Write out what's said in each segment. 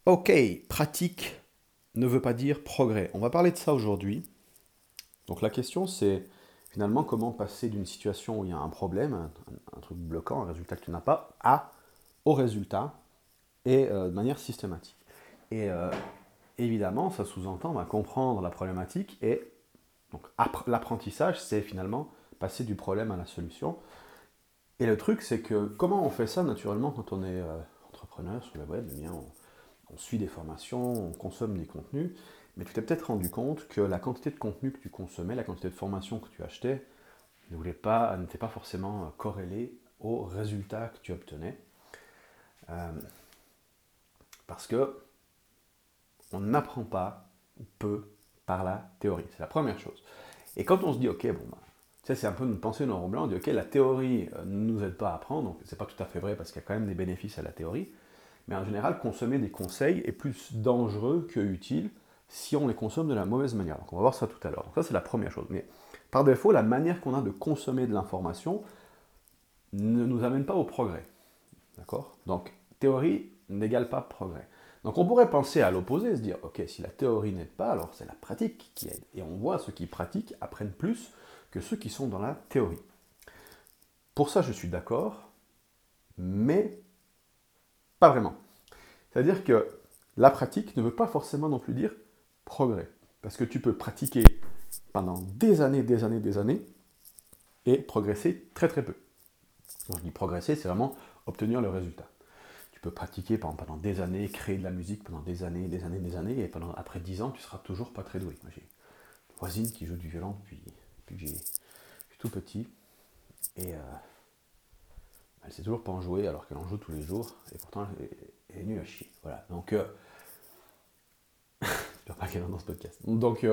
Ok, pratique ne veut pas dire progrès. On va parler de ça aujourd'hui. Donc la question c'est finalement comment passer d'une situation où il y a un problème, un truc bloquant, un résultat que tu n'as pas, au résultat et de manière systématique. Et évidemment, ça sous-entend comprendre la problématique et donc l'apprentissage, c'est finalement passer du problème à la solution. Et le truc, c'est que comment on fait ça naturellement quand on est entrepreneur sur le web? Eh bien, on suit des formations, on consomme des contenus, mais tu t'es peut-être rendu compte que la quantité de contenu que tu consommais, la quantité de formations que tu achetais, n'était pas forcément corrélée aux résultats que tu obtenais. Euh, parce que on n'apprend pas ou peu par la théorie. C'est la première chose. Et quand on se dit, ok, bon, bah, ça c'est un peu une pensée noir ou blanc, on dit, ok, la théorie ne nous aide pas à apprendre, donc c'est pas tout à fait vrai parce qu'il y a quand même des bénéfices à la théorie, mais en général, consommer des conseils est plus dangereux que utile si on les consomme de la mauvaise manière. Donc on va voir ça tout à l'heure. Donc ça c'est la première chose. Mais par défaut, la manière qu'on a de consommer de l'information ne nous amène pas au progrès. D'accord? Donc théorie n'égale pas progrès. Donc on pourrait penser à l'opposé, se dire, ok, si la théorie n'aide pas, alors c'est la pratique qui aide. Et on voit ceux qui pratiquent apprennent plus que ceux qui sont dans la théorie. Pour ça, je suis d'accord, mais pas vraiment. C'est-à-dire que la pratique ne veut pas forcément non plus dire progrès. Parce que tu peux pratiquer pendant des années, des années, des années, et progresser très très peu. Quand je dis progresser, c'est vraiment obtenir le résultat. Tu peux pratiquer pendant des années, créer de la musique pendant des années, des années, des années, et après 10 ans, tu seras toujours pas très doué. Moi, j'ai une voisine qui joue du violon depuis que je suis tout petit, et elle sait toujours pas en jouer alors qu'elle en joue tous les jours, et pourtant elle est nulle à chier. Voilà. Donc, j'espère pas qu'elle est dans ce podcast. Donc,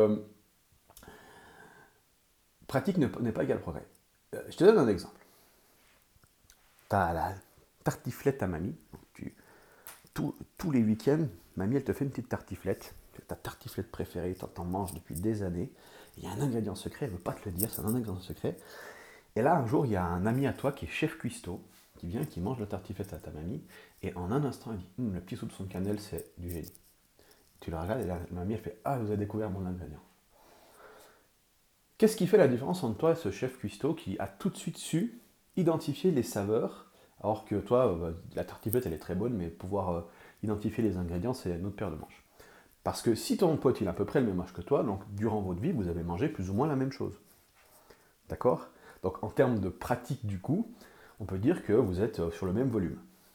pratique n'est pas égal progrès. Je te donne un exemple. Tu as la tartiflette à mamie. Tous les week-ends, mamie, elle te fait une petite tartiflette. C'est ta tartiflette préférée, tu en manges depuis des années. Il y a un ingrédient secret, elle ne veut pas te le dire, c'est un ingrédient secret. Et là, un jour, il y a un ami à toi qui est chef cuistot, qui vient, qui mange la tartiflette à ta mamie, et en un instant, il dit le petit soupçon de cannelle, c'est du génie. Tu la regardes, et la mamie, elle fait vous avez découvert mon ingrédient. Qu'est-ce qui fait la différence entre toi et ce chef cuistot qui a tout de suite su identifier les saveurs, alors que toi, la tartiflette, elle est très bonne, mais pouvoir identifier les ingrédients, c'est une autre paire de manches. Parce que si ton pote, il a à peu près le même âge que toi, donc durant votre vie, vous avez mangé plus ou moins la même chose. D'accord? Donc en termes de pratique du coup, on peut dire que vous êtes sur le même volume.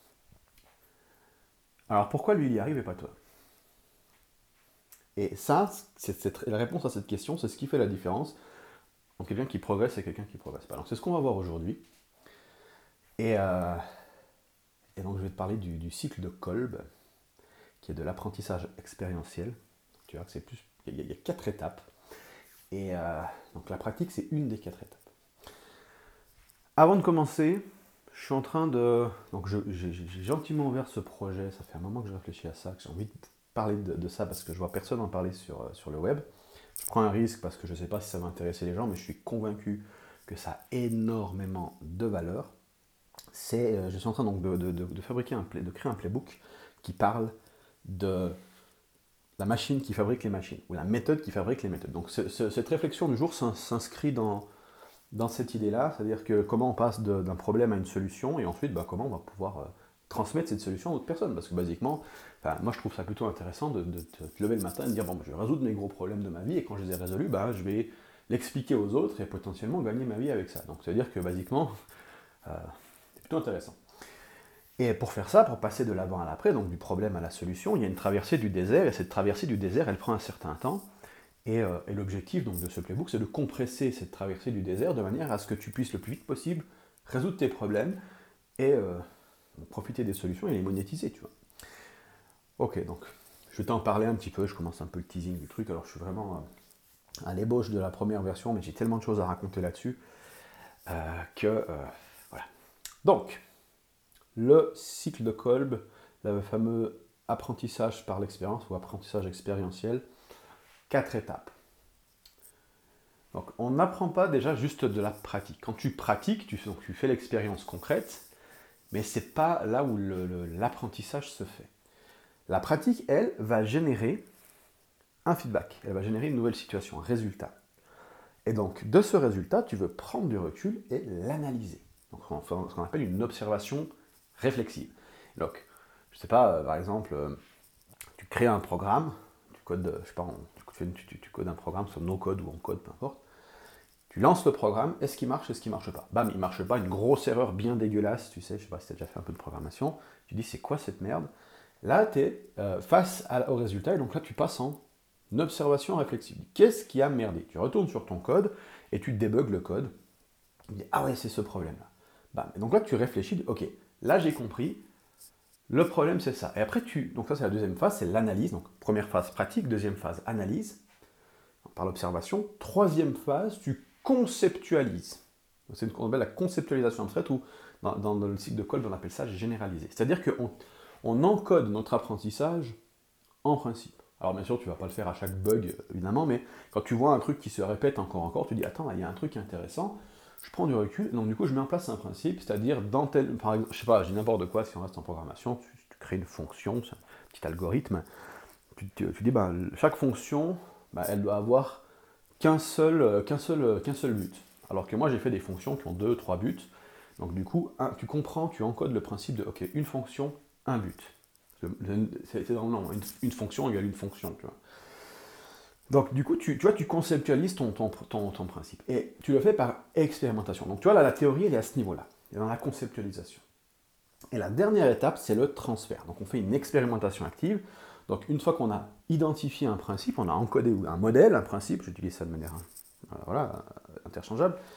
Alors pourquoi lui, il y arrive et pas toi? Et ça, la réponse à cette question, c'est ce qui fait la différence entre quelqu'un qui progresse et quelqu'un qui ne progresse pas. Donc c'est ce qu'on va voir aujourd'hui. Et, euh, et donc je vais te parler du cycle de Kolb, qui est de l'apprentissage expérientiel. Tu vois que c'est plus. Il y a 4 étapes. Et donc la pratique, c'est une des 4 étapes. Avant de commencer, je suis en train de. Donc j'ai gentiment ouvert ce projet, ça fait un moment que je réfléchis à ça, que j'ai envie de parler de ça parce que je vois personne en parler sur le web. Je prends un risque parce que je ne sais pas si ça va intéresser les gens, mais je suis convaincu que ça a énormément de valeur. Je suis en train donc de fabriquer de créer un playbook qui parle de la machine qui fabrique les machines, ou la méthode qui fabrique les méthodes. Donc cette réflexion du jour s'inscrit dans cette idée-là, c'est-à-dire que comment on passe d'un problème à une solution, et ensuite comment on va pouvoir transmettre cette solution à d'autres personnes. Parce que basiquement, moi je trouve ça plutôt intéressant de te lever le matin et de dire, bon, je vais résoudre mes gros problèmes de ma vie, et quand je les ai résolus, je vais l'expliquer aux autres et potentiellement gagner ma vie avec ça. Donc c'est-à-dire que basiquement, c'est plutôt intéressant. Et pour faire ça, pour passer de l'avant à l'après, donc du problème à la solution, il y a une traversée du désert, et cette traversée du désert, elle prend un certain temps. Et l'objectif donc, de ce playbook, c'est de compresser cette traversée du désert de manière à ce que tu puisses le plus vite possible résoudre tes problèmes et profiter des solutions et les monétiser, tu vois. Ok, donc je vais t'en parler un petit peu, je commence un peu le teasing du truc, alors je suis vraiment à l'ébauche de la première version, mais j'ai tellement de choses à raconter là-dessus que voilà. Donc, le cycle de Kolb, le fameux apprentissage par l'expérience ou apprentissage expérientiel, 4 étapes. Donc on n'apprend pas déjà juste de la pratique. Quand tu pratiques, tu fais l'expérience concrète, mais c'est pas là où l'apprentissage se fait. La pratique, elle, va générer un feedback, elle va générer une nouvelle situation, un résultat. Et donc, de ce résultat, tu veux prendre du recul et l'analyser. Donc, on fait ce qu'on appelle une observation réflexive. Donc, je ne sais pas, par exemple, tu crées un programme, tu codes, je sais pas, tu codes un programme sur no-code ou en code, peu importe. Tu lances le programme, est-ce qu'il marche, est-ce qu'il ne marche pas? Bam, il ne marche pas, une grosse erreur bien dégueulasse, tu sais, je ne sais pas si tu as déjà fait un peu de programmation, tu dis c'est quoi cette merde? Là, tu es face au résultat, et donc là, tu passes en observation réflexive. Qu'est-ce qui a merdé? Tu retournes sur ton code et tu débugs le code. Tu dis, ah ouais, c'est ce problème-là. Bam. Et donc là, tu réfléchis, ok, là j'ai compris, le problème c'est ça. Et après, donc ça c'est la deuxième phase, c'est l'analyse. Donc première phase pratique, deuxième phase analyse, par l'observation. Troisième phase, tu conceptualises. C'est ce qu'on appelle la conceptualisation abstraite, ou dans le cycle de code, on appelle ça généraliser. C'est-à-dire qu'on encode notre apprentissage en principe. Alors bien sûr, tu ne vas pas le faire à chaque bug, évidemment, mais quand tu vois un truc qui se répète encore, tu dis, attends, il y a un truc intéressant, je prends du recul, donc du coup, je mets en place un principe, c'est-à-dire, par exemple, je sais pas, j'ai n'importe quoi, si on reste en programmation, tu crées une fonction, c'est un petit algorithme, tu dis, chaque fonction, elle doit avoir qu'un seul but. Alors que moi, j'ai fait des fonctions qui ont 2, 3 buts, donc du coup, tu comprends, tu encodes le principe de, ok, une fonction, un but. C'est vraiment une fonction égale une fonction, tu vois. Donc du coup, tu vois, tu conceptualises ton principe. Et tu le fais par expérimentation. Donc tu vois, là, la théorie, elle est à ce niveau-là. Elle est dans la conceptualisation. Et la dernière étape, c'est le transfert. Donc on fait une expérimentation active. Donc une fois qu'on a identifié un principe, on a encodé un modèle, un principe, j'utilise ça de manière interchangeable,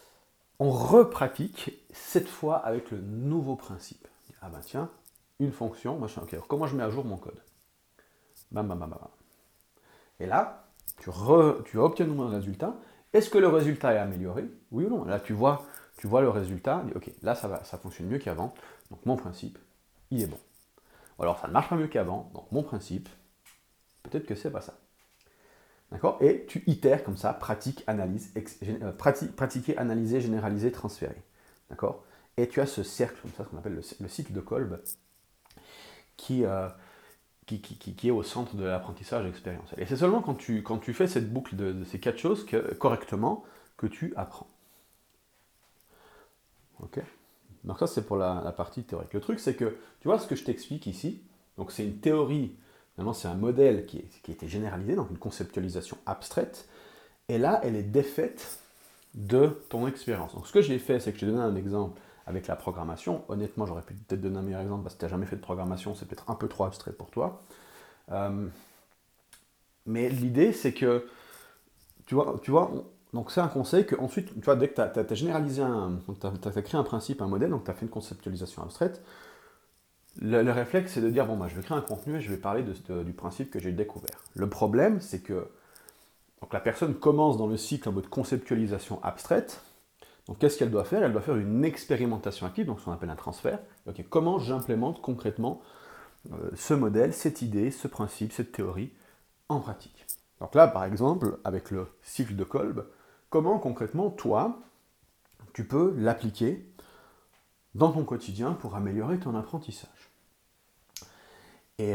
on repratique cette fois avec le nouveau principe. Ah ben tiens, une fonction, machin, ok, alors comment je mets à jour mon code? Bam, bam, bam, bam. Et là, tu obtiens un résultat. Est-ce que le résultat est amélioré? Oui ou non? Là, tu vois le résultat, ok, là, ça fonctionne mieux qu'avant, donc mon principe, il est bon. Ou alors, ça ne marche pas mieux qu'avant, donc mon principe, peut-être que c'est pas ça. D'accord? Et tu itères comme ça, pratiquer, analyser, généraliser, transférer. D'accord? Et tu as ce cercle, comme ça, ce qu'on appelle le cycle de Kolb, qui est au centre de l'apprentissage expérientiel. Et c'est seulement quand tu fais cette boucle de ces 4 choses correctement que tu apprends. Ok? Donc ça, c'est pour la partie théorique. Le truc, c'est que, tu vois ce que je t'explique ici, donc c'est une théorie, finalement c'est un modèle qui a été généralisé, donc une conceptualisation abstraite, et là, elle est défaite de ton expérience. Donc ce que j'ai fait, c'est que je t'ai donné un exemple avec la programmation. Honnêtement, j'aurais pu peut-être donner un meilleur exemple, parce que tu n'as jamais fait de programmation, c'est peut-être un peu trop abstrait pour toi. Mais l'idée, c'est que, tu vois donc c'est un conseil que ensuite, tu vois, dès que tu as généralisé tu as créé un principe, un modèle, donc tu as fait une conceptualisation abstraite, le réflexe, c'est de dire, bon, je vais créer un contenu et je vais parler du principe que j'ai découvert. Le problème, c'est que donc, la personne commence dans le cycle en mode conceptualisation abstraite. Donc qu'est-ce qu'elle doit faire? Elle doit faire une expérimentation active, donc ce qu'on appelle un transfert. Okay, comment j'implémente concrètement ce modèle, cette idée, ce principe, cette théorie en pratique. Donc là, par exemple, avec le cycle de Kolb, comment concrètement, toi, tu peux l'appliquer dans ton quotidien pour améliorer ton apprentissage. Et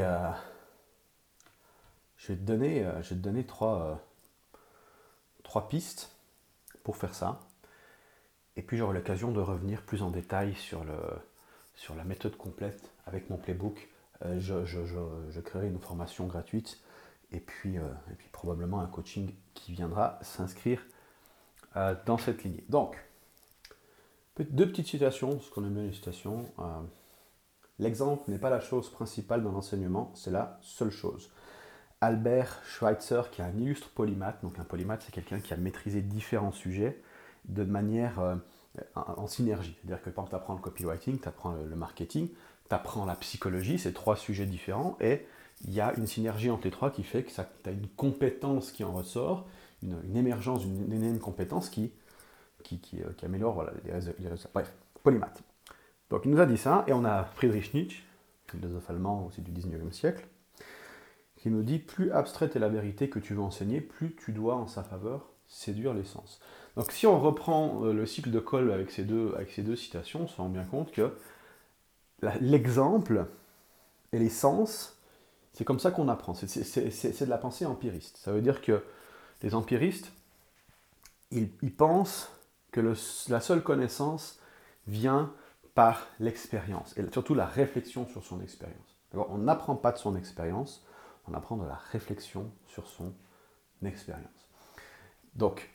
je vais te donner trois pistes pour faire ça. Et puis j'aurai l'occasion de revenir plus en détail sur la méthode complète avec mon playbook. Je créerai une formation gratuite et puis probablement un coaching qui viendra s'inscrire dans cette lignée. Donc, deux petites citations, ce qu'on aime bien les citations. L'exemple n'est pas la chose principale dans l'enseignement, c'est la seule chose. Albert Schweitzer, qui est un illustre polymathe, donc un polymathe, c'est quelqu'un qui a maîtrisé différents sujets de manière en synergie. C'est-à-dire que quand tu apprends le copywriting, tu apprends le marketing, tu apprends la psychologie, c'est 3 sujets différents, et il y a une synergie entre les 3 qui fait que tu as une compétence qui en ressort, une émergence d'une compétence qui améliore les résultats. Bref, polymathe. Donc il nous a dit ça, et on a Friedrich Nietzsche, philosophe allemand aussi du 19e siècle, qui nous dit « Plus abstraite est la vérité que tu veux enseigner, plus tu dois en sa faveur séduire les sens. » Donc si on reprend le cycle de Kolb avec ces deux citations, on se rend bien compte que l'exemple et les sens, C'est comme ça qu'on apprend. C'est de la pensée empiriste. Ça veut dire que les empiristes, ils pensent que la seule connaissance vient par l'expérience, et surtout la réflexion sur son expérience. On n'apprend pas de son expérience, on apprend de la réflexion sur son expérience. Donc,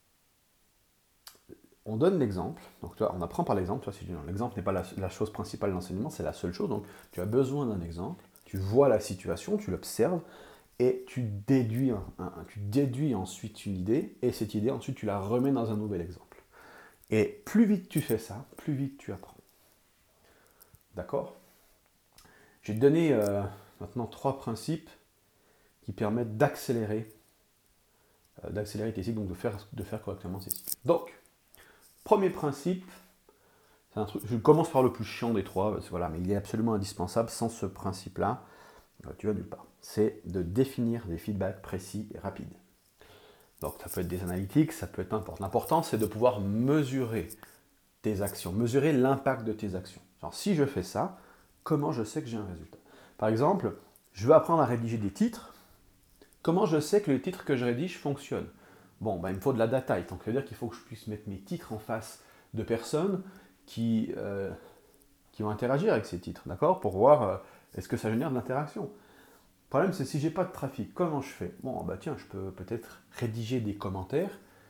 on donne l'exemple, donc tu vois, on apprend par l'exemple, si l'exemple n'est pas la chose principale de l'enseignement, c'est la seule chose, donc tu as besoin d'un exemple, tu vois la situation, tu l'observes, et tu déduis ensuite une idée, et cette idée ensuite tu la remets dans un nouvel exemple. Et plus vite tu fais ça, plus vite tu apprends. D'accord? Je vais te donner maintenant 3 principes qui permettent d'accélérer tes cycles, donc de faire correctement ces cycles. Donc, premier principe, c'est un truc, je commence par le plus chiant des 3, voilà, mais il est absolument indispensable. Sans ce principe-là, tu vas nulle part. C'est de définir des feedbacks précis et rapides. Donc ça peut être des analytics, ça peut être n'importe. L'important, c'est de pouvoir mesurer tes actions, mesurer l'impact de tes actions. Genre, si je fais ça, comment je sais que j'ai un résultat? Par exemple, je veux apprendre à rédiger des titres. Comment je sais que le titre que je rédige fonctionne? Bon, il me faut de la data, donc ça veut dire qu'il faut que je puisse mettre mes titres en face de personnes qui vont interagir avec ces titres, d'accord? Pour voir est-ce que ça génère de l'interaction. Le problème, c'est si j'ai pas de trafic, comment je fais? Bon, tiens, je peux peut-être rédiger des commentaires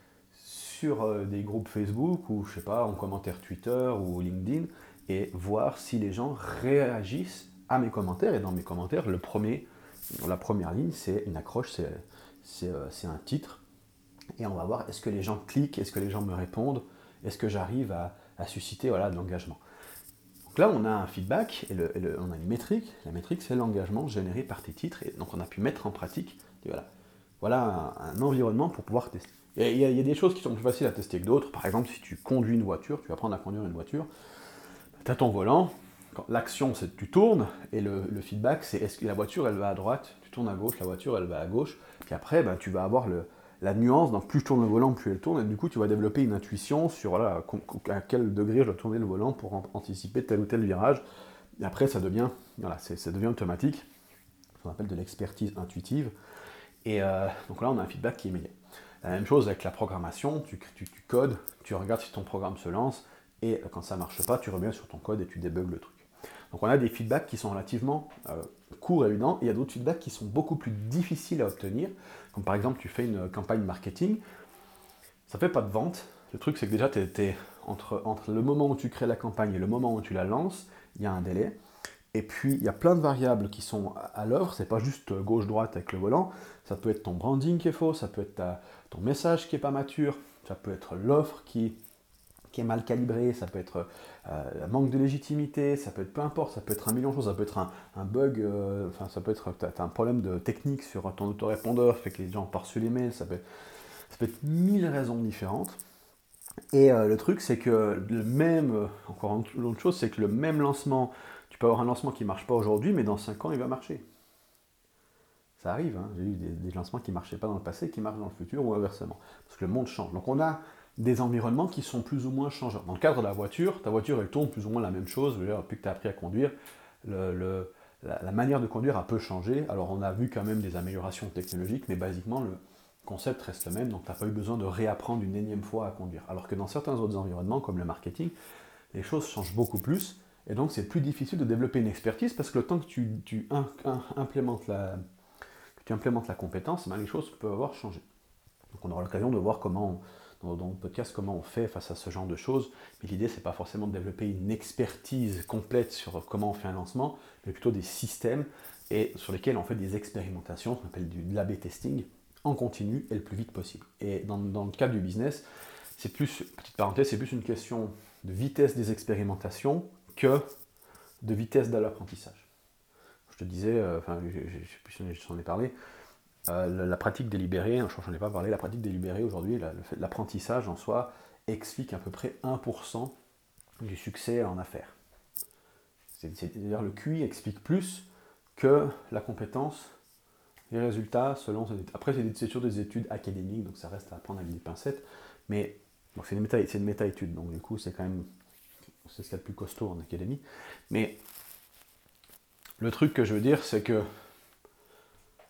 sur des groupes Facebook ou, je sais pas, en commentaire Twitter ou LinkedIn et voir si les gens réagissent à mes commentaires. Et dans mes commentaires, la première ligne, c'est une accroche, c'est un titre. Et on va voir, est-ce que les gens cliquent, est-ce que les gens me répondent, est-ce que j'arrive à susciter de l'engagement. Donc là, on a un feedback et on a une métrique. La métrique, c'est l'engagement généré par tes titres. Et donc, on a pu mettre en pratique, voilà un environnement pour pouvoir tester. Et il y a des choses qui sont plus faciles à tester que d'autres. Par exemple, si tu conduis une voiture, tu vas apprendre à conduire une voiture, tu as ton volant, l'action c'est que tu tournes, et le feedback c'est est-ce que la voiture elle va à droite, tu tournes à gauche, la voiture elle va à gauche, puis après tu vas avoir la nuance, donc plus je tourne le volant, plus elle tourne, et du coup tu vas développer une intuition sur à quel degré je dois tourner le volant pour anticiper tel ou tel virage, et après ça devient automatique, ce qu'on appelle de l'expertise intuitive, et donc là on a un feedback qui est immédiat. La même chose avec la programmation, tu codes, tu regardes si ton programme se lance, et quand ça ne marche pas, tu reviens sur ton code et tu débugs le truc. Donc on a des feedbacks qui sont relativement courts et évidents, et il y a d'autres feedbacks qui sont beaucoup plus difficiles à obtenir, comme par exemple tu fais une campagne marketing, ça ne fait pas de vente, le truc c'est que déjà entre le moment où tu crées la campagne et le moment où tu la lances, il y a un délai. Et puis, il y a plein de variables qui sont à l'œuvre, c'est pas juste gauche-droite avec le volant, ça peut être ton branding qui est faux, ça peut être ton message qui n'est pas mature, ça peut être l'offre qui est mal calibrée, ça peut être un manque de légitimité, ça peut être peu importe, ça peut être un million de choses, ça peut être un bug, ça peut être t'as un problème de technique sur ton autorépondeur, fait que les gens partent sur les mails, ça peut être 1000 raisons différentes. Et le truc, c'est que encore une autre chose, c'est que le même lancement, tu peux avoir un lancement qui ne marche pas aujourd'hui, mais dans 5 ans, il va marcher. Ça arrive, hein. J'ai eu des lancements qui ne marchaient pas dans le passé, qui marchent dans le futur, ou inversement. Parce que le monde change. Donc on a des environnements qui sont plus ou moins changeants. Dans le cadre de la voiture, ta voiture, elle tourne plus ou moins la même chose. Depuis que tu as appris à conduire, la manière de conduire a peu changé. Alors on a vu quand même des améliorations technologiques, mais basiquement, le concept reste le même, donc tu n'as pas eu besoin de réapprendre une énième fois à conduire. Alors que dans certains autres environnements, comme le marketing, les choses changent beaucoup plus, et donc c'est plus difficile de développer une expertise, parce que le temps que tu implémentes la compétence, les choses peuvent avoir changé. Donc on aura l'occasion de voir dans le podcast comment on fait face à ce genre de choses, mais l'idée c'est pas forcément de développer une expertise complète sur comment on fait un lancement, mais plutôt des systèmes et sur lesquels on fait des expérimentations, qu'on appelle de l'A/B testing, en continu et le plus vite possible. Et dans le cadre du business, c'est plus, petite parenthèse, c'est plus une question de vitesse des expérimentations que de vitesse de l'apprentissage. Je te disais, je ne sais plus si j'en ai parlé, la pratique délibérée, je n'en ai pas parlé, la pratique délibérée aujourd'hui, l'apprentissage en soi explique à peu près 1% du succès en affaires. C'est-à-dire le QI explique plus que la compétence, les résultats selon... Après, c'est sur des études académiques, donc ça reste à prendre avec des pincettes, mais c'est une méta-étude, donc du coup, c'est quand même... C'est ce qu'il y a de plus costaud en académie. Mais le truc que je veux dire, c'est que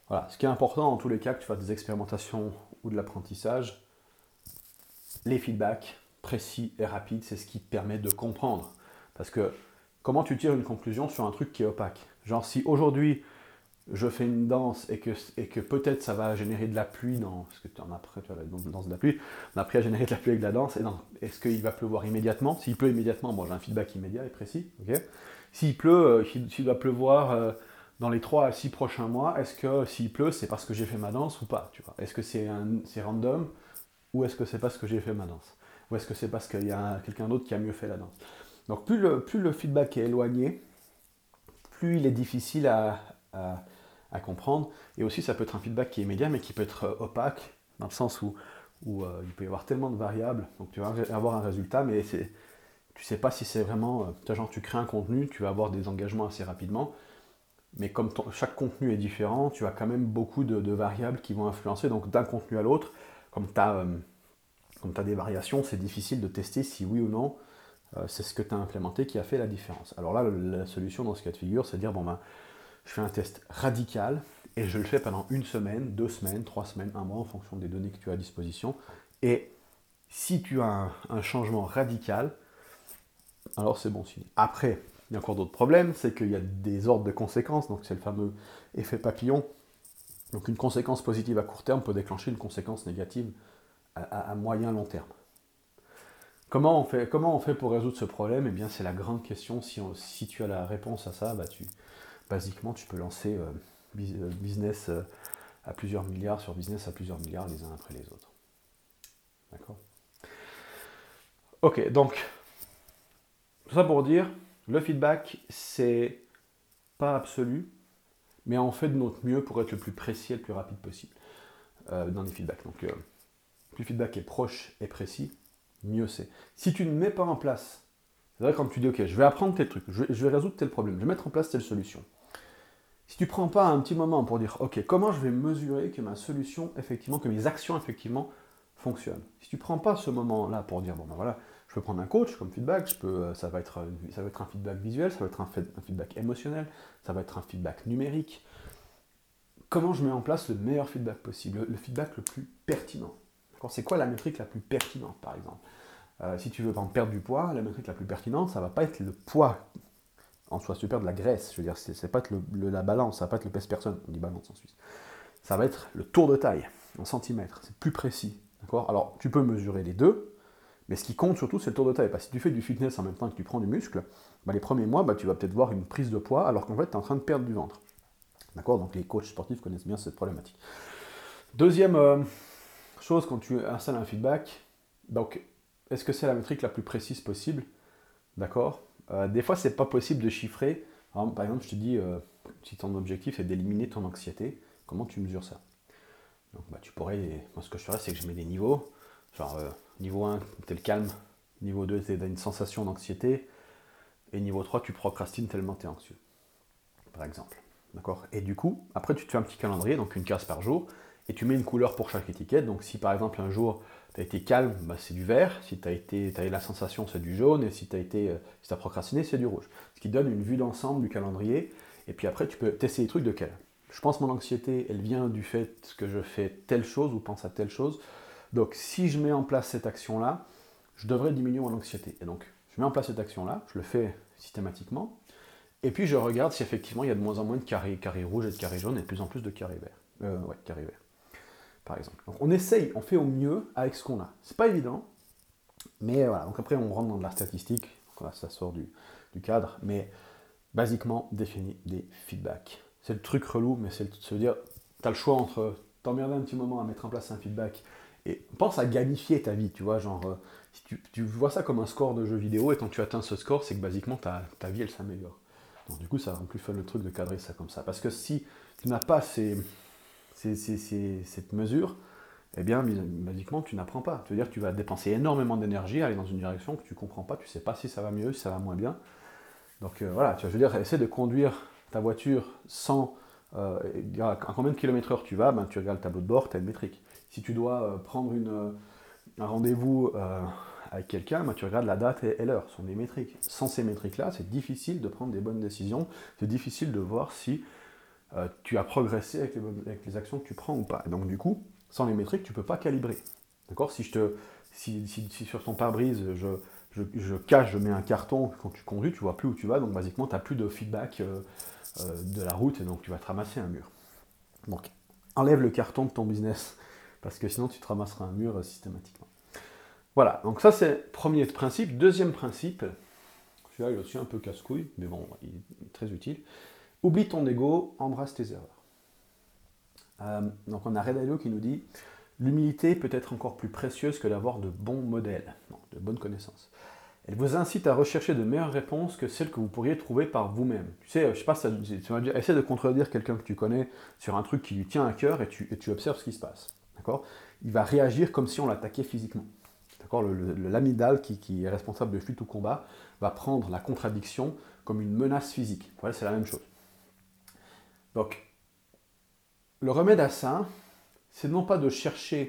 Voilà, ce qui est important en tous les cas, que tu fasses des expérimentations ou de l'apprentissage, les feedbacks précis et rapides, c'est ce qui te permet de comprendre. Parce que comment tu tires une conclusion sur un truc qui est opaque? Genre si aujourd'hui je fais une danse et que peut-être ça va générer de la pluie parce que tu en as après, tu vois, la danse de la pluie, on a appris à générer de la pluie avec de la danse, et est-ce qu'il va pleuvoir immédiatement? S'il pleut immédiatement, bon j'ai un feedback immédiat et précis, ok. S'il pleut, s'il doit pleuvoir dans les 3 à 6 prochains mois, est-ce que s'il pleut, c'est parce que j'ai fait ma danse ou pas, tu vois? Est-ce que c'est random, ou est-ce que c'est parce que j'ai fait ma danse? Ou est-ce que c'est parce qu'il y a quelqu'un d'autre qui a mieux fait la danse? Donc plus le feedback est éloigné, plus il est difficile à comprendre. Et aussi, ça peut être un feedback qui est immédiat, mais qui peut être opaque, dans le sens où il peut y avoir tellement de variables. Donc tu vas avoir un résultat, mais tu ne sais pas si c'est vraiment... genre, tu crées un contenu, tu vas avoir des engagements assez rapidement, mais comme chaque contenu est différent, tu as quand même beaucoup de variables qui vont influencer. Donc d'un contenu à l'autre, comme tu as des variations, c'est difficile de tester si oui ou non c'est ce que tu as implémenté qui a fait la différence. Alors là, la solution dans ce cas de figure, c'est de dire, bon ben, je fais un test radical et je le fais pendant 1 semaine, 2 semaines, 3 semaines, un mois en fonction des données que tu as à disposition. Et si tu as un changement radical, alors c'est bon signe. Après, il y a encore d'autres problèmes, c'est qu'il y a des ordres de conséquences, donc c'est le fameux effet papillon. Donc une conséquence positive à court terme peut déclencher une conséquence négative à moyen long terme. Comment on fait pour résoudre ce problème? Eh bien, c'est la grande question. Si tu as la réponse à ça, basiquement, tu peux lancer business à plusieurs milliards sur business à plusieurs milliards les uns après les autres. D'accord? Ok, donc, tout ça pour dire, le feedback, c'est pas absolu, mais on fait de notre mieux pour être le plus précis et le plus rapide possible dans les feedbacks. Donc, plus le feedback est proche et précis, mieux c'est. Si tu ne mets pas en place, c'est vrai quand tu dis, ok, je vais apprendre tel truc, je vais résoudre tel problème, je vais mettre en place telle solution. Si tu ne prends pas un petit moment pour dire, ok, comment je vais mesurer que ma solution, effectivement, que mes actions, effectivement, fonctionnent. Si tu ne prends pas ce moment-là pour dire, bon ben voilà, je peux prendre un coach comme feedback, ça va être un feedback visuel, ça va être un feedback émotionnel, ça va être un feedback numérique. Comment je mets en place le meilleur feedback possible, le feedback le plus pertinent? C'est quoi la métrique la plus pertinente, par exemple? Si tu veux perdre du poids, la métrique la plus pertinente, ça ne va pas être le poids en soi, si tu perds de la graisse, je veux dire, c'est pas être la balance, ça va pas être le pèse-personne, on dit balance en Suisse. Ça va être le tour de taille, en centimètres, c'est plus précis. D'accord? Alors, tu peux mesurer les deux, mais ce qui compte surtout, c'est le tour de taille. Parce que si tu fais du fitness en même temps que tu prends du muscle, les premiers mois, tu vas peut-être voir une prise de poids, alors qu'en fait, tu es en train de perdre du ventre. D'accord? Donc les coachs sportifs connaissent bien cette problématique. Deuxième chose, quand tu installes un feedback, donc, est-ce que c'est la métrique la plus précise possible? D'accord? Des fois, c'est pas possible de chiffrer. Par exemple, je te dis, si ton objectif est d'éliminer ton anxiété, comment tu mesures ça? Donc, tu pourrais, moi, ce que je ferais, c'est que je mets des niveaux. Genre, niveau 1, tu es le calme. Niveau 2, tu as une sensation d'anxiété. Et niveau 3, tu procrastines tellement tu es anxieux, par exemple. D'accord? Et du coup, après, tu te fais un petit calendrier, donc une case par jour, et tu mets une couleur pour chaque étiquette. Donc, si par exemple, un jour, tu as été calme, c'est du vert. Si tu as eu la sensation, c'est du jaune. Et si tu as procrastiné, c'est du rouge. Ce qui donne une vue d'ensemble du calendrier. Et puis après, tu peux tester des trucs de quel. Je pense que mon anxiété, elle vient du fait que je fais telle chose ou pense à telle chose. Donc, si je mets en place cette action-là, je devrais diminuer mon anxiété. Et donc, je mets en place cette action-là, je le fais systématiquement. Et puis, je regarde si effectivement, il y a de moins en moins de carrés rouges et de carrés jaunes et de plus en plus de carrés verts. Carrés verts, par exemple. Donc, on essaye, on fait au mieux avec ce qu'on a. C'est pas évident, mais voilà. Donc, après, on rentre dans de la statistique. Donc, là, ça sort du cadre. Mais, basiquement, définir des feedbacks. C'est le truc relou, mais c'est se dire, tu as le choix entre t'emmerder un petit moment à mettre en place un feedback et pense à gamifier ta vie, tu vois, genre, si tu vois ça comme un score de jeu vidéo et quand tu atteins ce score, c'est que basiquement ta vie elle s'améliore. Donc du coup, ça rend plus fun le truc de cadrer ça comme ça. Parce que si tu n'as pas cette mesure, eh bien, basiquement, tu n'apprends pas. Tu veux dire que tu vas dépenser énormément d'énergie, aller dans une direction que tu ne comprends pas, tu ne sais pas si ça va mieux, si ça va moins bien. Donc voilà, tu vois, je veux dire, essaie de conduire ta voiture sans... à combien de kilomètres heure tu vas, tu regardes le tableau de bord, tu as une métrique. Si tu dois prendre un rendez-vous avec quelqu'un, tu regardes la date et l'heure, ce sont des métriques. Sans ces métriques-là, c'est difficile de prendre des bonnes décisions, c'est difficile de voir si tu as progressé avec les actions que tu prends ou pas. Et donc du coup, sans les métriques, tu ne peux pas calibrer. D'accord? Si sur ton pare-brise, je cache, je mets un carton, quand tu conduis, tu vois plus où tu vas, donc basiquement, tu n'as plus de feedback de la route, et donc tu vas te ramasser un mur. Donc, enlève le carton de ton business, parce que sinon tu te ramasseras un mur systématiquement. Voilà, donc ça c'est le premier principe. Deuxième principe, celui-là il est aussi un peu casse-couille, mais bon, il est très utile. Oublie ton ego, embrasse tes erreurs. Donc on a Red Alio qui nous dit l'humilité peut être encore plus précieuse que d'avoir de bons modèles, donc de bonnes connaissances. Elle vous incite à rechercher de meilleures réponses que celles que vous pourriez trouver par vous-même. Tu sais, je sais pas, tu vas dire, essaie de contredire quelqu'un que tu connais sur un truc qui lui tient à cœur et tu observes ce qui se passe. D'accord? Il va réagir comme si on l'attaquait physiquement. D'accord? L'amygdale, qui est responsable de fuite ou combat, va prendre la contradiction comme une menace physique. Voilà, c'est la même chose. Donc, le remède à ça, c'est non pas de chercher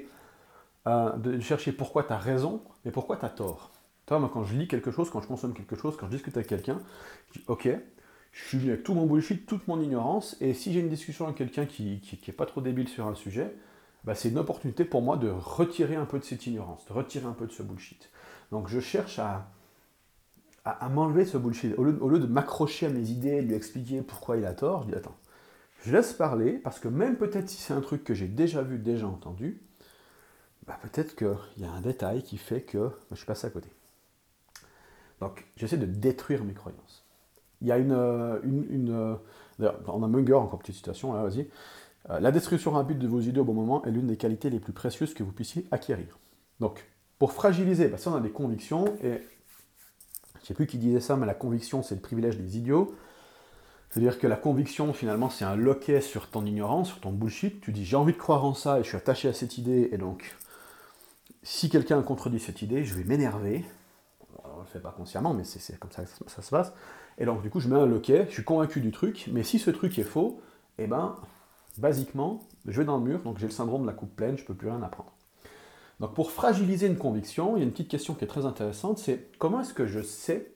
pourquoi tu as raison, mais pourquoi tu as tort. Toi, moi, quand je lis quelque chose, quand je consomme quelque chose, quand je discute avec quelqu'un, je dis ok, je suis venu avec tout mon bullshit, toute mon ignorance, et si j'ai une discussion avec quelqu'un qui est pas trop débile sur un sujet, bah, c'est une opportunité pour moi de retirer un peu de cette ignorance, de retirer un peu de ce bullshit. Donc je cherche à m'enlever ce bullshit. Au lieu de m'accrocher à mes idées, de lui expliquer pourquoi il a tort, je dis attends, je laisse parler, parce que même peut-être si c'est un truc que j'ai déjà vu, déjà entendu, bah, peut-être qu'il y a un détail qui fait que je suis passé à côté. Donc, j'essaie de détruire mes croyances. Il y a d'ailleurs, on a Munger, encore petite citation, là, vas-y. La destruction rapide de vos idées au bon moment est l'une des qualités les plus précieuses que vous puissiez acquérir. Donc, pour fragiliser, bah, si on a des convictions, et je ne sais plus qui disait ça, mais la conviction, c'est le privilège des idiots. C'est-à-dire que la conviction, finalement, c'est un loquet sur ton ignorance, sur ton bullshit. Tu dis, j'ai envie de croire en ça, et je suis attaché à cette idée, et donc, si quelqu'un contredit cette idée, je vais m'énerver. On ne le fait pas consciemment, mais c'est comme ça que ça se passe. Et donc, du coup, je mets un loquet, je suis convaincu du truc, mais si ce truc est faux, eh ben, basiquement, je vais dans le mur, donc j'ai le syndrome de la coupe pleine, je ne peux plus rien apprendre. Donc, pour fragiliser une conviction, il y a une petite question qui est très intéressante, c'est comment est-ce que je sais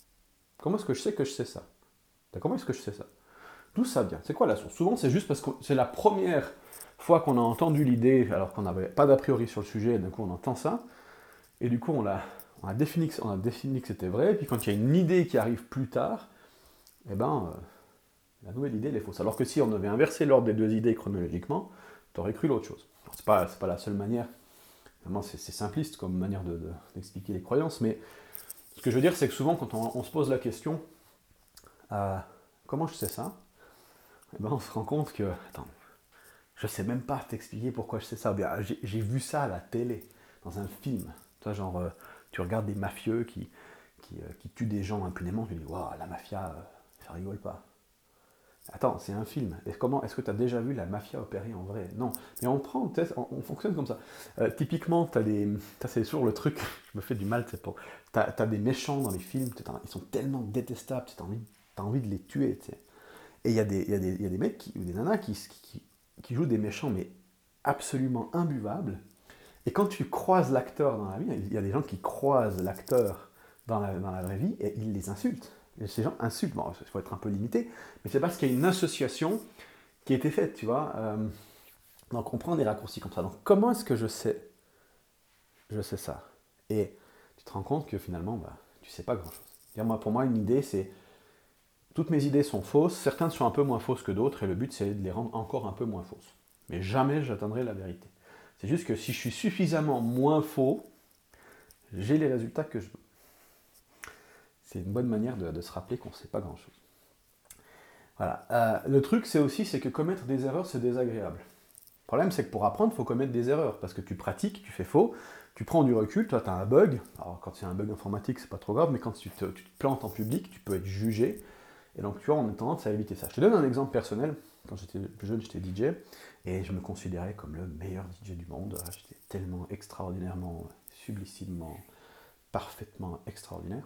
que je sais ça? Comment est-ce que je sais ça? D'où ça vient? C'est quoi la source? Souvent, c'est juste parce que c'est la première fois qu'on a entendu l'idée, alors qu'on n'avait pas d'a priori sur le sujet, et d'un coup, on entend ça, et du coup, on a défini que c'était vrai, et puis quand il y a une idée qui arrive plus tard, eh ben, la nouvelle idée, elle est fausse. Alors que si on avait inversé l'ordre des deux idées chronologiquement, tu aurais cru l'autre chose. C'est pas la seule manière, vraiment c'est simpliste comme manière d'expliquer les croyances, mais ce que je veux dire, c'est que souvent, quand on se pose la question, comment je sais ça? Eh ben, on se rend compte que, attends, je sais même pas t'expliquer pourquoi je sais ça. Bien, j'ai vu ça à la télé, dans un film. Toi, genre, tu regardes des mafieux qui tuent des gens impunément, tu dis, waouh, la mafia, ça rigole pas. Attends, c'est un film. Est-ce que tu as déjà vu la mafia opérer en vrai? Non. Mais on fonctionne comme ça. Typiquement, c'est toujours le truc, je me fais du mal, c'est pour. T'as des méchants dans les films, ils sont tellement détestables, t'as envie de les tuer, tu sais. Et il y a des mecs ou des nanas qui jouent des méchants, mais absolument imbuvables. Et quand tu croises l'acteur dans la vie, il y a des gens qui croisent l'acteur dans la vraie vie et ils les insultent. Et ces gens insultent. Bon, il faut être un peu limité, mais c'est parce qu'il y a une association qui a été faite, tu vois. Donc on prend des raccourcis comme ça. Donc comment est-ce que je sais ça? Et tu te rends compte que finalement, bah, tu sais pas grand-chose. Pour moi, une idée, c'est toutes mes idées sont fausses, certaines sont un peu moins fausses que d'autres, et le but c'est de les rendre encore un peu moins fausses. Mais jamais j'atteindrai la vérité. C'est juste que si je suis suffisamment moins faux, j'ai les résultats que je veux. C'est une bonne manière de se rappeler qu'on ne sait pas grand-chose. Voilà. Le truc c'est que commettre des erreurs, c'est désagréable. Le problème, c'est que pour apprendre, il faut commettre des erreurs, parce que tu pratiques, tu fais faux, tu prends du recul, toi tu as un bug, alors quand c'est un bug informatique, c'est pas trop grave, mais quand tu te plantes en public, tu peux être jugé, et donc tu vois, on a tendance à éviter ça. Je te donne un exemple personnel. Quand j'étais plus jeune, j'étais DJ, et je me considérais comme le meilleur DJ du monde. J'étais tellement extraordinairement, sublissimement, parfaitement extraordinaire.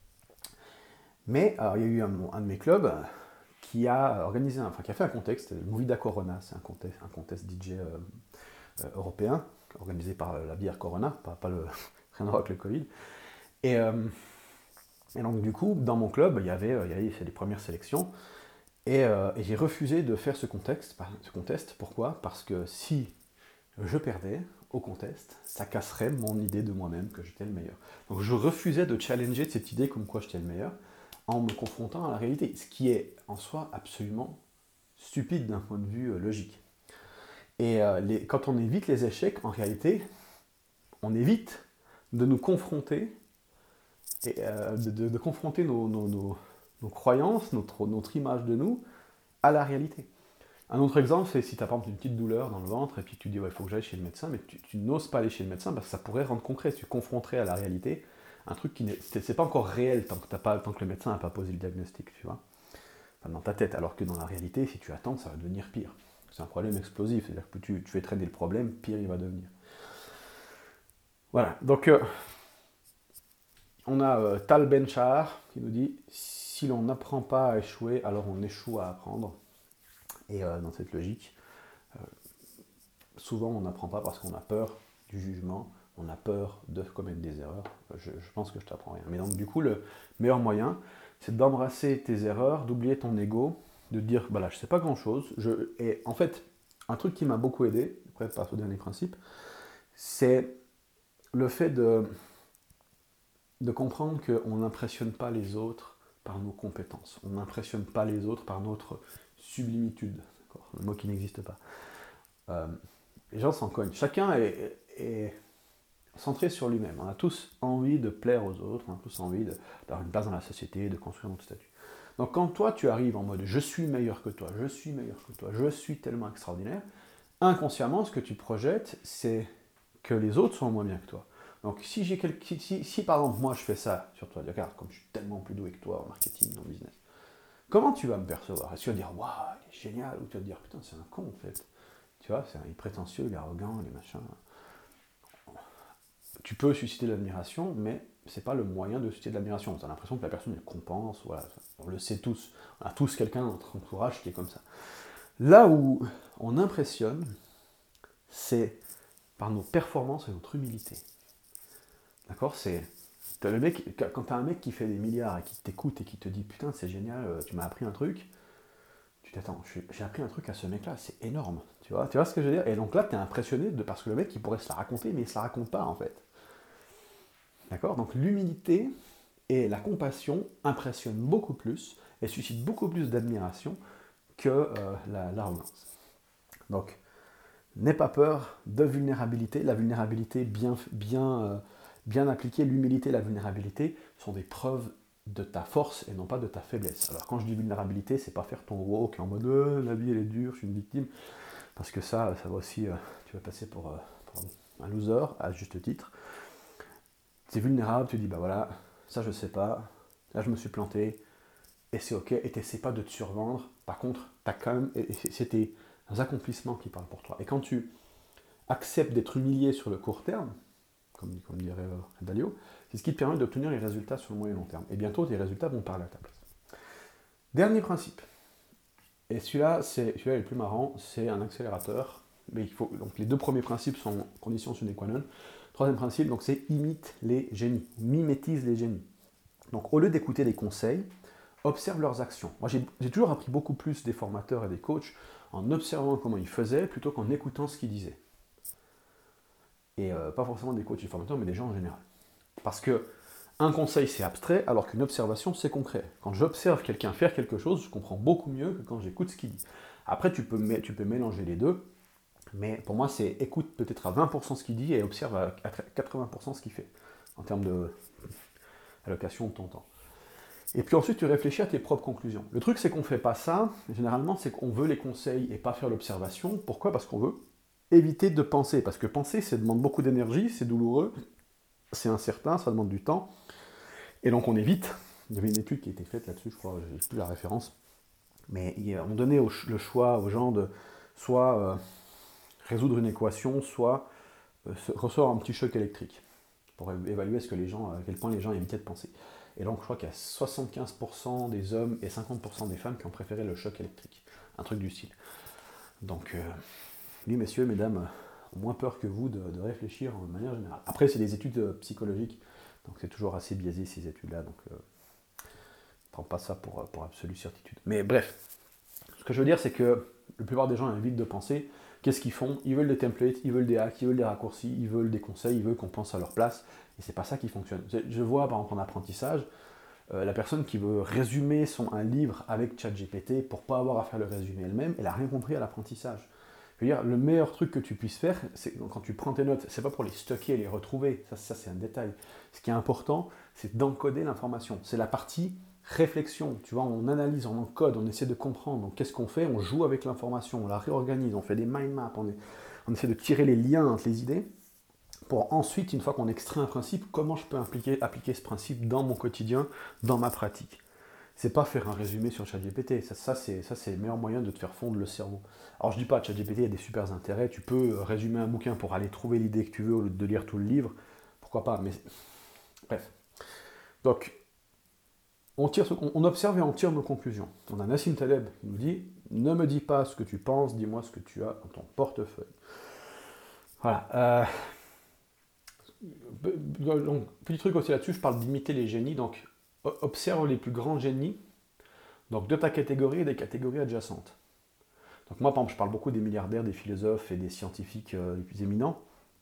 Mais alors, il y a eu un de mes clubs qui a organisé, qui a fait un contest, le Movida Corona, c'est un contest DJ européen, organisé par la bière Corona, pas le, rien à voir avec le Covid. Et donc du coup, dans mon club, il y avait les premières sélections. Et j'ai refusé de faire ce contest. Pourquoi? Parce que si je perdais au contest, ça casserait mon idée de moi-même que j'étais le meilleur. Donc je refusais de challenger cette idée comme quoi j'étais le meilleur en me confrontant à la réalité, ce qui est en soi absolument stupide d'un point de vue logique. Et quand on évite les échecs, en réalité, on évite de nous confronter, et, de confronter nos croyances, notre image de nous, à la réalité. Un autre exemple, c'est si tu as par exemple une petite douleur dans le ventre et puis tu dis ouais, il faut que j'aille chez le médecin, mais tu n'oses pas aller chez le médecin parce que ça pourrait rendre concret, tu confronterais à la réalité un truc qui c'est pas encore réel tant que le médecin n'a pas posé le diagnostic, tu vois, enfin, dans ta tête, alors que dans la réalité, si tu attends, ça va devenir pire. C'est un problème explosif, c'est-à-dire que plus tu fais traîner le problème, pire il va devenir. Voilà, donc on a Tal Ben-Shahar qui nous dit si l'on n'apprend pas à échouer, alors on échoue à apprendre. Et dans cette logique, souvent on n'apprend pas parce qu'on a peur du jugement, on a peur de commettre des erreurs. Je pense que je t'apprends rien. Mais donc du coup, le meilleur moyen, c'est d'embrasser tes erreurs, d'oublier ton ego, de dire, bah là, je sais pas grand-chose. Et en fait, un truc qui m'a beaucoup aidé, après je passe au dernier principe, c'est le fait de comprendre qu'on n'impressionne pas les autres par nos compétences. On n'impressionne pas les autres par notre sublimitude. D'accord, le mot qui n'existe pas. Euh, les gens s'en cognent. Chacun est centré sur lui-même. On a tous envie de plaire aux autres, on a tous envie d'avoir une place dans la société, de construire notre statut. Donc quand toi tu arrives en mode je suis meilleur que toi, je suis meilleur que toi, je suis tellement extraordinaire, inconsciemment ce que tu projettes c'est que les autres sont moins bien que toi. Donc si par exemple moi je fais ça sur toi, regarde comme je suis tellement plus doué que toi en marketing, en business, comment tu vas me percevoir? Est-ce que tu vas dire waouh, il est génial, ou tu vas te dire putain c'est un con en fait? Tu vois, il est prétentieux, il est arrogant, il est machin. Tu peux susciter de l'admiration, mais c'est pas le moyen de susciter de l'admiration. Tu as l'impression que la personne elle compense, voilà. On le sait tous. On a tous quelqu'un dans notre entourage qui est comme ça. Là où on impressionne, c'est par nos performances et notre humilité. D'accord? Quand tu as un mec qui fait des milliards et qui t'écoute et qui te dit putain c'est génial, tu m'as appris un truc, tu t'attends, j'ai appris un truc à ce mec-là, c'est énorme. Tu vois ce que je veux dire? Et donc là, tu es impressionné parce que le mec il pourrait se la raconter, mais il se la raconte pas en fait. D'accord? Donc l'humilité et la compassion impressionnent beaucoup plus et suscitent beaucoup plus d'admiration que l'arrogance. Donc, n'aie pas peur de vulnérabilité. La vulnérabilité bien appliquée, l'humilité et la vulnérabilité sont des preuves de ta force et non pas de ta faiblesse. Alors quand je dis vulnérabilité, c'est pas faire ton woke en mode la vie elle est dure, je suis une victime, parce que ça va aussi, tu vas passer pour un loser à juste titre. Tu es vulnérable, tu dis bah voilà, ça je sais pas, là je me suis planté, et c'est ok, et t'essaies pas de te survendre, par contre, t'as quand même, c'est tes accomplissements qui parlent pour toi. Et quand tu acceptes d'être humilié sur le court terme, comme dirait Dalio, c'est ce qui te permet d'obtenir les résultats sur le moyen et long terme. Et bientôt, tes résultats vont parler à ta place. Dernier principe, et celui-là est le plus marrant, c'est un accélérateur, mais donc les deux premiers principes sont conditions sine qua non. Troisième principe, donc c'est imite les génies, mimétise les génies. Donc au lieu d'écouter des conseils, observe leurs actions. Moi j'ai toujours appris beaucoup plus des formateurs et des coachs en observant comment ils faisaient plutôt qu'en écoutant ce qu'ils disaient. Et pas forcément des coachs et des formateurs, mais des gens en général. Parce que un conseil c'est abstrait, alors qu'une observation c'est concret. Quand j'observe quelqu'un faire quelque chose, je comprends beaucoup mieux que quand j'écoute ce qu'il dit. Après tu peux mélanger les deux, mais pour moi c'est écoute peut-être à 20% ce qu'il dit et observe à 80% ce qu'il fait, en termes d'allocation de ton temps. Et puis ensuite, tu réfléchis à tes propres conclusions. Le truc, c'est qu'on ne fait pas ça. Généralement, c'est qu'on veut les conseils et pas faire l'observation. Pourquoi? Parce qu'on veut éviter de penser. Parce que penser, ça demande beaucoup d'énergie, c'est douloureux, c'est incertain, ça demande du temps. Et donc, on évite. Il y avait une étude qui a été faite là-dessus, je crois, je n'ai plus la référence. Mais on donnait le choix aux gens de soit résoudre une équation, soit recevoir un petit choc électrique pour évaluer à quel point les gens évitaient de penser. Et donc je crois qu'il y a 75% des hommes et 50% des femmes qui ont préféré le choc électrique. Un truc du style. Donc, oui, messieurs, mesdames, ont moins peur que vous de réfléchir en manière générale. Après, c'est des études psychologiques, donc c'est toujours assez biaisé ces études-là, donc ne prends pas ça pour absolue certitude. Mais bref, Ce que je veux dire, c'est que la plupart des gens ont vite de penser, qu'est-ce qu'ils font? Ils veulent des templates, ils veulent des hacks, ils veulent des raccourcis, ils veulent des conseils, ils veulent qu'on pense à leur place, et c'est pas ça qui fonctionne. Je vois par exemple en apprentissage, la personne qui veut résumer un livre avec ChatGPT pour pas avoir à faire le résumé elle-même, elle a rien compris à l'apprentissage. Je veux dire, le meilleur truc que tu puisses faire, c'est quand tu prends tes notes, c'est pas pour les stocker et les retrouver, ça c'est un détail. Ce qui est important, c'est d'encoder l'information. C'est la partie réflexion, tu vois, on analyse, on encode, on essaie de comprendre. Donc qu'est-ce qu'on fait? On joue avec l'information, on la réorganise, on fait des mind maps, on essaie de tirer les liens entre les idées, pour ensuite, une fois qu'on extrait un principe, comment je peux appliquer ce principe dans mon quotidien, dans ma pratique. C'est pas faire un résumé sur ChatGPT, ça c'est le meilleur moyen de te faire fondre le cerveau. Alors je dis pas, ChatGPT a des super intérêts, tu peux résumer un bouquin pour aller trouver l'idée que tu veux au lieu de lire tout le livre, pourquoi pas, mais bref. Donc, on observe et on tire nos conclusions. On a Nassim Taleb qui nous dit, ne me dis pas ce que tu penses, dis-moi ce que tu as dans ton portefeuille. Voilà. Donc, petit truc aussi là-dessus, je parle d'imiter les génies, donc observe les plus grands génies, donc de ta catégorie et des catégories adjacentes. Donc moi, par exemple, je parle beaucoup des milliardaires, des philosophes et des scientifiques les plus éminents.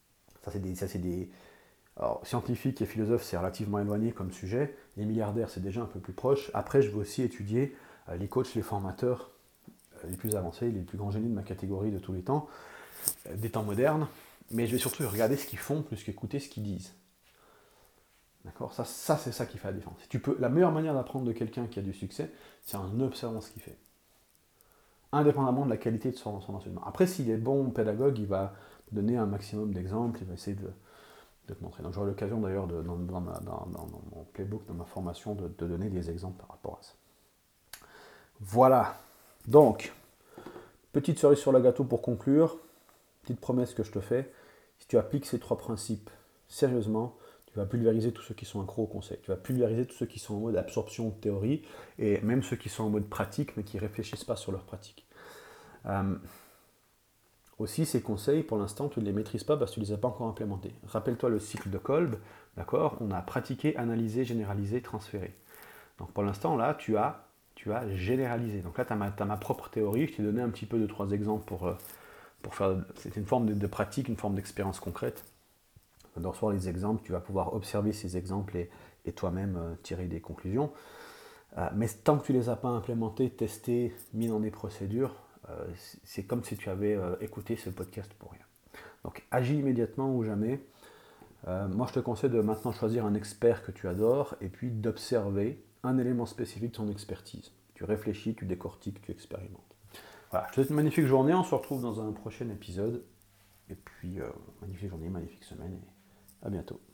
Alors, scientifiques et philosophes, c'est relativement éloigné comme sujet. Les milliardaires, c'est déjà un peu plus proche. Après, je vais aussi étudier les coachs, les formateurs les plus avancés, les plus grands génies de ma catégorie de tous les temps, des temps modernes. Mais je vais surtout regarder ce qu'ils font plus qu'écouter ce qu'ils disent. D'accord? Ça c'est ça qui fait la différence. La meilleure manière d'apprendre de quelqu'un qui a du succès, c'est en observant ce qu'il fait. Indépendamment de la qualité de son enseignement. Après, s'il est bon pédagogue, il va donner un maximum d'exemples, il va essayer de te montrer. Donc j'aurai l'occasion d'ailleurs, dans mon playbook, dans ma formation, de te donner des exemples par rapport à ça. Voilà. Donc, petite cerise sur le gâteau pour conclure. Petite promesse que je te fais. Si tu appliques ces 3 principes sérieusement, tu vas pulvériser tous ceux qui sont accros au conseil. Tu vas pulvériser tous ceux qui sont en mode absorption de théorie et même ceux qui sont en mode pratique mais qui ne réfléchissent pas sur leur pratique. Aussi, ces conseils, pour l'instant, tu ne les maîtrises pas parce que tu ne les as pas encore implémentés. Rappelle-toi le cycle de Kolb, d'accord? On a pratiqué, analysé, généralisé, transféré. Donc pour l'instant, là, tu as généralisé. Donc là, tu as ma propre théorie. Je t'ai donné un petit peu 2-3 exemples pour faire. C'était une forme de pratique, une forme d'expérience concrète. De recevoir les exemples, tu vas pouvoir observer ces exemples et toi-même tirer des conclusions. Mais tant que tu ne les as pas implémentés, testés, mis dans des procédures, c'est comme si tu avais écouté ce podcast pour rien. Donc agis immédiatement ou jamais. Moi je te conseille de maintenant choisir un expert que tu adores et puis d'observer un élément spécifique de son expertise. Tu réfléchis, tu décortiques, tu expérimentes. Voilà, je te souhaite une magnifique journée, on se retrouve dans un prochain épisode. Et puis magnifique journée, magnifique semaine et à bientôt.